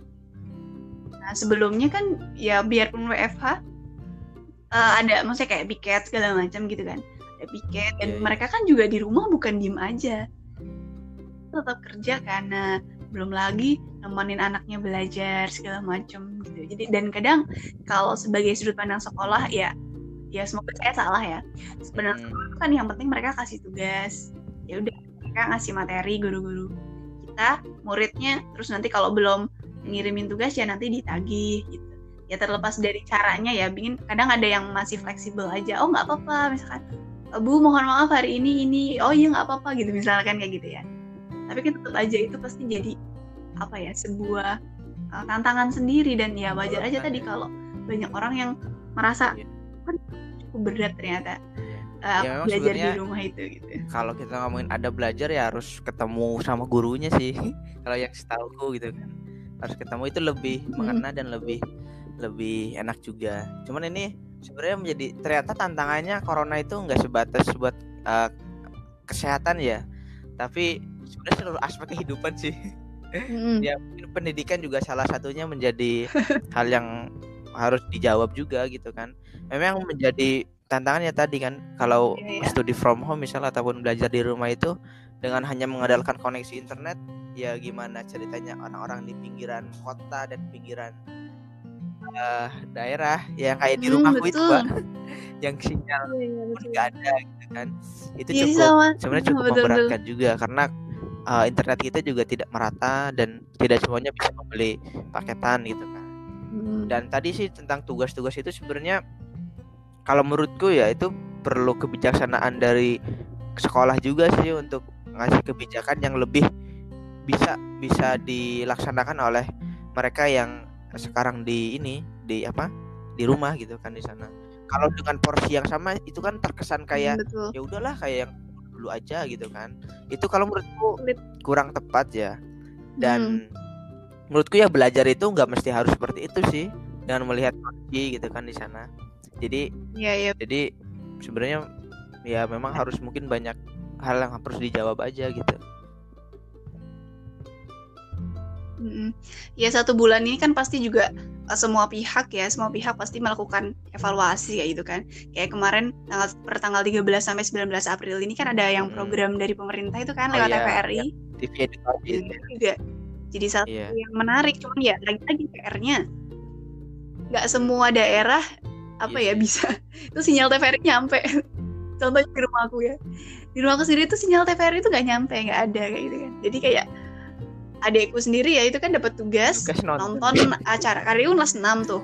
Speaker 1: Nah sebelumnya kan ya biarpun W F H uh, ada maksudnya kayak piket segala macam gitu kan, ada piket dan yeah, mereka kan juga di rumah bukan diem aja, tetap kerja karena belum lagi nemenin anaknya belajar segala macam gitu. Jadi dan kadang kalau sebagai sudut pandang sekolah ya ya semoga saya salah ya. Sebenarnya hmm. kan yang penting mereka kasih tugas. Ya udah mereka ngasih materi guru-guru. Kita muridnya terus nanti kalau belum ngirimin tugas ya nanti ditagih gitu. Ya terlepas dari caranya ya, bikin kadang ada yang masih fleksibel aja. Oh enggak apa-apa misalkan, Bu mohon maaf hari ini ini. Oh iya enggak apa-apa gitu misalkan kayak gitu ya. Tapi kan tetap aja itu pasti jadi apa ya sebuah uh, tantangan sendiri, dan ya wajar aja tadi kalau banyak orang yang merasa kan cukup berat ternyata uh, ya, belajar di rumah itu gitu.
Speaker 2: Kalau kita ngomongin ada belajar ya harus ketemu sama gurunya sih. Kalau yang setauku gitu kan harus ketemu, itu lebih hmm. mengena dan lebih lebih enak juga. Cuman ini sebenarnya menjadi ternyata tantangannya corona itu nggak sebatas buat uh, kesehatan ya, tapi sebenarnya seluruh aspek kehidupan sih. Mm. Ya mungkin pendidikan juga salah satunya menjadi hal yang harus dijawab juga gitu kan. Memang menjadi tantangannya tadi kan kalau
Speaker 1: yeah, yeah.
Speaker 2: studi from home misalnya ataupun belajar di rumah itu dengan hanya mengandalkan koneksi internet, ya gimana ceritanya orang-orang di pinggiran kota dan pinggiran uh, daerah yang kayak di rumahku
Speaker 1: hmm,
Speaker 2: itu Mbak, yang sinyal
Speaker 1: yeah, yeah,
Speaker 2: pun nggak ada gitu kan. Itu
Speaker 1: yeah,
Speaker 2: cukup
Speaker 1: sama.
Speaker 2: sebenarnya cukup
Speaker 1: betul,
Speaker 2: memberatkan
Speaker 1: betul.
Speaker 2: juga karena uh, internet kita juga tidak merata dan tidak semuanya bisa membeli paketan gitu kan. Hmm. Dan tadi sih tentang tugas-tugas itu sebenarnya kalau menurutku ya itu perlu kebijaksanaan dari sekolah juga sih untuk ngasih kebijakan yang lebih bisa bisa dilaksanakan oleh mereka yang sekarang di ini di apa di rumah gitu kan di sana. Kalau dengan porsi yang sama itu kan terkesan kayak ya udahlah kayak yang dulu aja gitu kan. Itu kalau menurutku kurang tepat ya. Dan hmm. menurutku ya belajar itu nggak mesti harus seperti itu sih dengan melihat kondisi gitu kan di sana. Jadi ya, ya. jadi sebenarnya ya memang harus mungkin banyak hal yang harus dijawab aja gitu.
Speaker 1: Mm-hmm. Ya satu bulan ini kan pasti juga uh, semua pihak ya semua pihak pasti melakukan evaluasi kayak gitu kan. Kayak kemarin tanggal per tanggal tiga belas sampai sembilan belas April ini kan ada yang program mm-hmm. dari pemerintah itu kan lewat oh, iya, T V R I.
Speaker 2: Ya. T V edukasi
Speaker 1: itu juga jadi satu yeah. yang menarik, cuman ya lagi-lagi P R-nya nggak semua daerah apa yeah. ya bisa itu sinyal T V R I nyampe. Contohnya di rumah aku ya di rumah aku sendiri itu sinyal T V R I itu nggak nyampe, nggak ada kayak gitu kan. Jadi kayak adekku sendiri ya itu kan dapat tugas, tugas nonton. nonton acara karya kelas enam tuh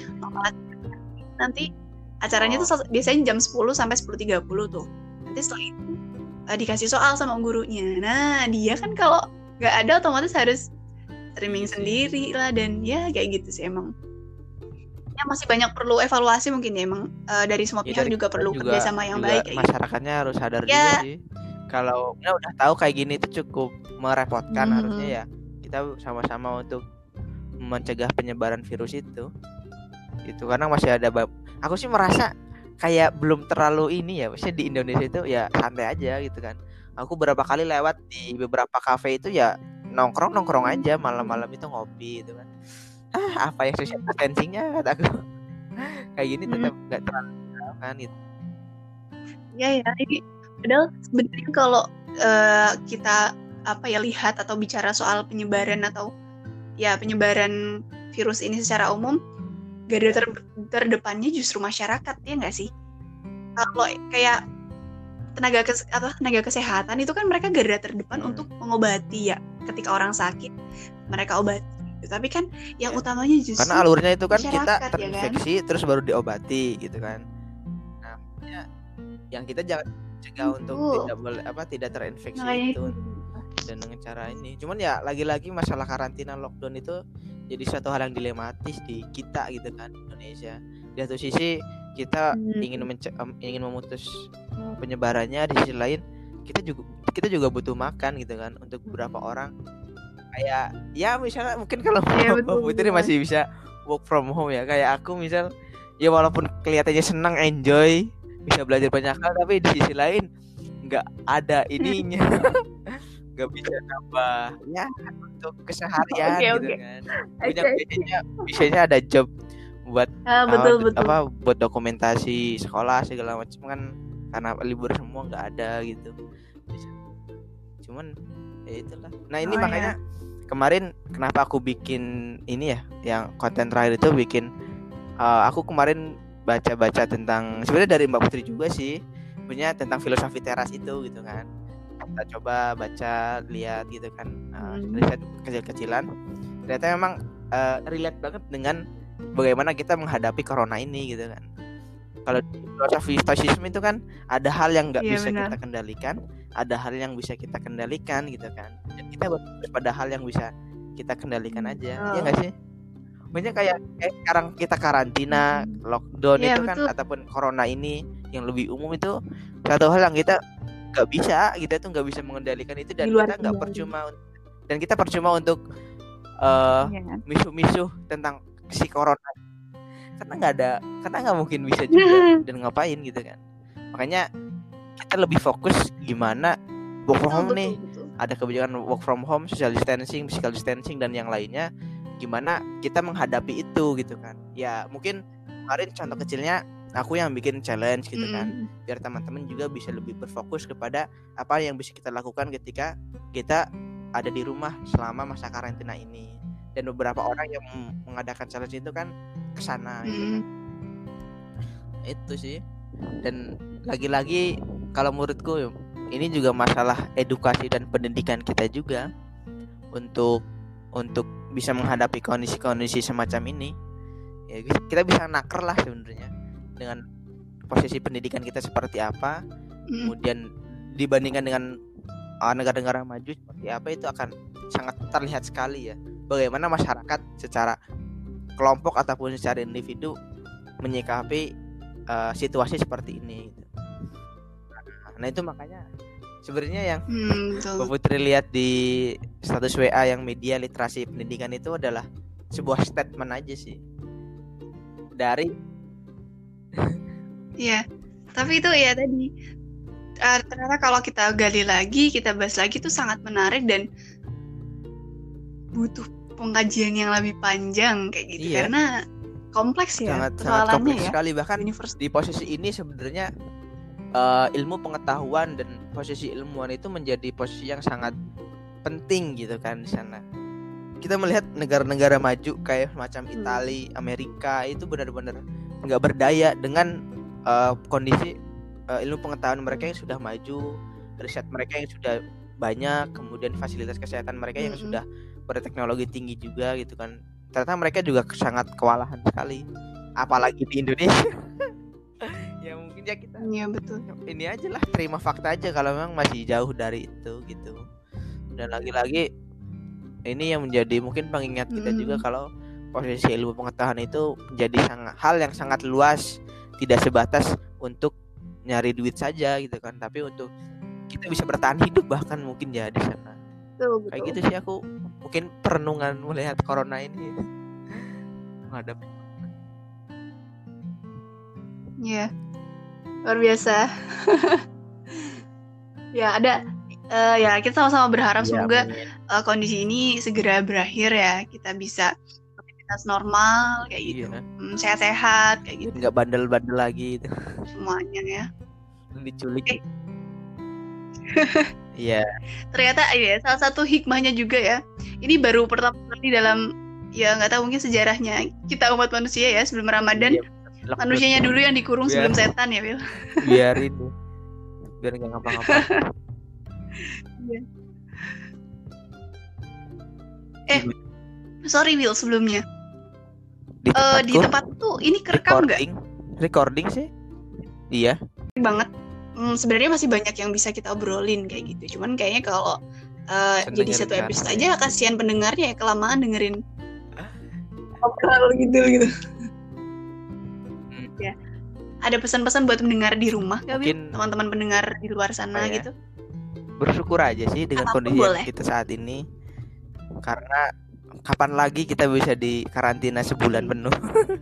Speaker 1: nanti acaranya oh. tuh biasanya jam sepuluh sampai sepuluh tiga puluh tuh. Nanti setelah itu uh, dikasih soal sama gurunya. Nah dia kan kalau nggak ada otomatis harus streaming sendiri lah. Dan ya kayak gitu sih emang ya masih banyak perlu evaluasi mungkin ya emang uh, dari semua pihak ya, juga perlu juga, kerjasama yang
Speaker 2: juga
Speaker 1: baik kayak
Speaker 2: masyarakatnya gitu. Harus sadar ya. juga sih kalau kita udah tahu kayak gini itu cukup merepotkan. hmm. Harusnya ya kita sama-sama untuk mencegah penyebaran virus itu itu karena masih ada bab. Aku sih merasa kayak belum terlalu ini ya, maksudnya di Indonesia itu ya santai aja gitu kan. Aku beberapa kali lewat di beberapa kafe itu ya nongkrong nongkrong aja malam-malam itu ngopi gitu kan. Ah apa yang social distancingnya kataku kayak gini tetap nggak hmm. terlalu kan gitu.
Speaker 1: Ya ya ini padahal sebenarnya kalau uh, kita apa ya lihat atau bicara soal penyebaran atau ya penyebaran virus ini secara umum, garda ter- terdepannya justru masyarakat ya nggak sih? Kalau kayak tenaga kes- apa tenaga kesehatan itu kan mereka garda terdepan hmm. untuk mengobati ya ketika orang sakit mereka obati. Tapi kan yang ya. utamanya justru
Speaker 2: karena alurnya itu kan kita terinfeksi ya kan? Terus baru diobati gitu kan. Nah ya, yang kita jangan cegah untuk uh. tidak boleh apa tidak terinfeksi nah, itu dan dengan cara ini. Cuman ya lagi-lagi masalah karantina lockdown itu jadi suatu hal yang dilematis di kita gitu kan Indonesia. Di satu sisi kita hmm. ingin mence- ingin memutus penyebarannya, di sisi lain kita juga kita juga butuh makan gitu kan untuk beberapa orang. Kayak ya misalnya mungkin kalau ya, Putri masih bisa work from home ya kayak aku misal ya walaupun kelihatannya senang enjoy bisa belajar banyak hal tapi di sisi lain nggak ada ininya nggak bisa nambah ya untuk keseharian okay, gitu okay. kan punya okay. biasanya biasanya ada job buat
Speaker 1: ah, betul, uh, betul.
Speaker 2: apa buat dokumentasi sekolah segala macam kan karena libur semua nggak ada gitu cuman ya itulah. Nah ini oh, makanya ya. Kemarin kenapa aku bikin ini ya yang konten terakhir itu bikin uh, aku kemarin baca-baca tentang sebenarnya dari Mbak Putri juga sih punya tentang filosofi teras itu gitu kan. Kita coba baca lihat gitu kan uh, riset kecil-kecilan ternyata memang uh, relate banget dengan bagaimana kita menghadapi corona ini gitu kan. Kalau filosofi stoicism itu kan ada hal yang nggak iya, bisa benar. kita kendalikan, ada hal yang bisa kita kendalikan gitu kan. Dan kita berfokus pada hal yang bisa kita kendalikan aja, oh. ya nggak sih? Maksudnya kayak, kayak sekarang kita karantina, hmm. lockdown yeah, itu kan betul. Ataupun corona ini yang lebih umum itu satu hal yang kita nggak bisa, kita tuh nggak bisa mengendalikan itu dan kita nggak percuma dan kita percuma untuk uh, yeah. misuh-misuh tentang si corona karena nggak ada, karena nggak mungkin bisa juga dan ngapain gitu kan. Makanya kita lebih fokus gimana work from home betul, nih betul. Ada kebijakan work from home, social distancing, physical distancing dan yang lainnya gimana kita menghadapi itu gitu kan. Ya mungkin kemarin contoh kecilnya aku yang bikin challenge gitu kan,
Speaker 1: Mm.
Speaker 2: biar teman-teman juga bisa lebih berfokus kepada apa yang bisa kita lakukan ketika kita ada di rumah selama masa karantina ini. Dan beberapa orang yang mengadakan challenge itu kan kesana gitu kan. Itu sih. Dan lagi-lagi kalau menurutku ini juga masalah edukasi dan pendidikan kita juga untuk untuk bisa menghadapi kondisi-kondisi semacam ini. Ya kita bisa naker lah sebenarnya dengan posisi pendidikan kita seperti apa, mm. kemudian dibandingkan dengan uh, negara-negara maju seperti apa, itu akan sangat terlihat sekali ya bagaimana masyarakat secara kelompok ataupun secara individu menyikapi uh, situasi seperti ini gitu. Nah itu makanya sebenarnya yang hmm, Mbak Putri lihat di status W A yang media literasi pendidikan itu adalah sebuah statement aja sih dari
Speaker 1: Iya, tapi itu ya tadi uh, ternyata kalau kita gali lagi, kita bahas lagi itu sangat menarik dan butuh pengkajian yang lebih panjang kayak gitu. Iya. Karena kompleks ya
Speaker 2: sangat,
Speaker 1: persoalannya
Speaker 2: sangat kompleks
Speaker 1: ya.
Speaker 2: Sekali bahkan Universe. Di posisi ini sebenarnya uh, ilmu pengetahuan dan posisi ilmuwan itu menjadi posisi yang sangat penting gitu kan di sana. Kita melihat negara-negara maju kayak macam hmm. Italia, Amerika itu benar-benar nggak berdaya dengan Uh, kondisi uh, ilmu pengetahuan mereka yang sudah maju, riset mereka yang sudah banyak, kemudian fasilitas kesehatan mereka yang mm-hmm. sudah berteknologi tinggi juga gitu kan. Ternyata mereka juga sangat kewalahan sekali, apalagi di Indonesia. Ya mungkin ya kita
Speaker 1: ya, betul.
Speaker 2: Ini aja lah, terima fakta aja kalau memang masih jauh dari itu gitu. Dan lagi-lagi ini yang menjadi mungkin pengingat kita mm-hmm. juga kalau posisi ilmu pengetahuan itu menjadi sangat hal yang sangat luas. Tidak sebatas untuk nyari duit saja gitu kan, tapi untuk kita bisa bertahan hidup bahkan mungkin ya di sana. Betul, betul. Kayak gitu sih aku mungkin perenungan melihat corona ini menghadapi.
Speaker 1: Ya, luar biasa. Ya ada uh, ya kita sama-sama berharap ya, semoga uh, kondisi ini segera berakhir ya, kita bisa normal kayak gitu, iya. hmm, sehat-sehat kayak gitu,
Speaker 2: nggak bandel-bandel lagi itu
Speaker 1: semuanya ya,
Speaker 2: diculik. Eh. Iya.
Speaker 1: Ternyata ya salah satu hikmahnya juga ya, ini baru pertama kali dalam ya nggak tahu mungkin sejarahnya kita umat manusia ya sebelum Ramadan, iya, manusianya dulu yang dikurung biar, sebelum setan ya Wil.
Speaker 2: Biar itu, biar nggak ngapa-ngapa.
Speaker 1: Iya. Eh, sorry Will sebelumnya. Di, uh, di tempat tuh ini kerekam nggak?
Speaker 2: Recording, recording sih. Iya.
Speaker 1: Banget. Hmm, sebenarnya masih banyak yang bisa kita obrolin kayak gitu. Cuman kayaknya kalau uh, jadi satu episode aja kasihan pendengarnya ya, kelamaan dengerin obrol gitu gitu. Hmm. Ya. Ada pesan-pesan buat mendengar di rumah nggak, Mungkin... teman-teman pendengar di luar sana ya? Gitu?
Speaker 2: Bersyukur aja sih dengan Apapun kondisi boleh. Kita saat ini, karena kapan lagi kita bisa di karantina sebulan penuh?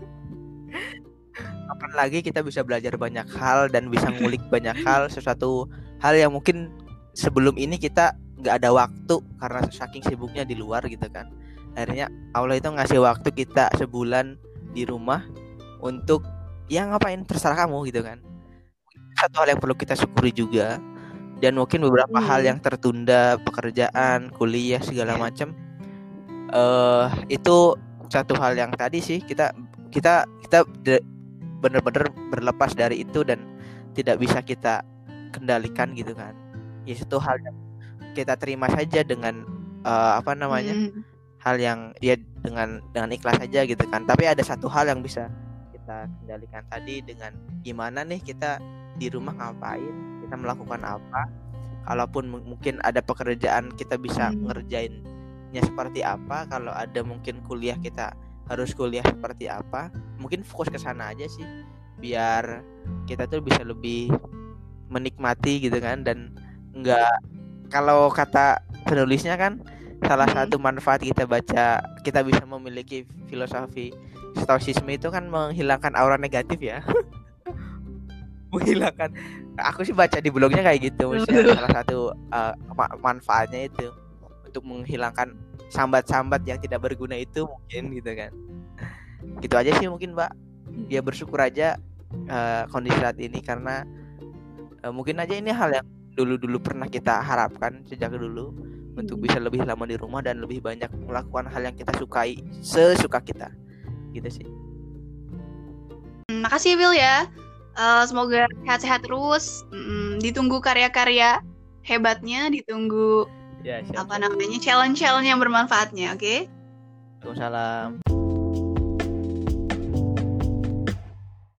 Speaker 2: Kapan lagi kita bisa belajar banyak hal dan bisa ngulik banyak hal, sesuatu hal yang mungkin sebelum ini kita nggak ada waktu karena saking sibuknya di luar gitu kan. Akhirnya Allah itu ngasih waktu kita sebulan di rumah untuk ya ngapain terserah kamu gitu kan. Satu hal yang perlu kita syukuri juga. Dan mungkin beberapa hmm. hal yang tertunda, pekerjaan, kuliah segala macam. Uh, itu satu hal yang tadi sih kita kita kita de- benar-benar berlepas dari itu dan tidak bisa kita kendalikan gitu kan. Ya satu hal yang kita terima saja dengan uh, apa namanya hmm. hal yang ya dengan dengan ikhlas saja gitu kan. Tapi ada satu hal yang bisa kita kendalikan tadi, dengan gimana nih kita di rumah ngapain, kita melakukan apa. Kalaupun m- mungkin ada pekerjaan kita bisa hmm. ngerjain nya seperti apa, kalau ada mungkin kuliah kita harus kuliah seperti apa, mungkin fokus ke sana aja sih biar kita tuh bisa lebih menikmati gitu kan. Dan enggak, kalau kata penulisnya kan salah satu manfaat kita baca, kita bisa memiliki filosofi stoicisme itu kan menghilangkan aura negatif ya. Menghilangkan, aku sih baca di blognya kayak gitu, misalnya salah satu uh, manfaatnya itu untuk menghilangkan sambat-sambat yang tidak berguna itu mungkin gitu kan. Gitu aja sih mungkin Mbak. Ya bersyukur aja uh, kondisi saat ini karena uh, mungkin aja ini hal yang dulu-dulu pernah kita harapkan sejak dulu untuk bisa lebih lama di rumah dan lebih banyak melakukan hal yang kita sukai sesuka kita. Gitu sih.
Speaker 1: Makasih Will ya. Uh, semoga sehat-sehat terus. Mm, ditunggu karya-karya hebatnya, ditunggu
Speaker 2: ya, siap,
Speaker 1: apa
Speaker 2: siap.
Speaker 1: namanya challenge-challenge yang bermanfaatnya, oke? Okay?
Speaker 2: Waalaikumsalam.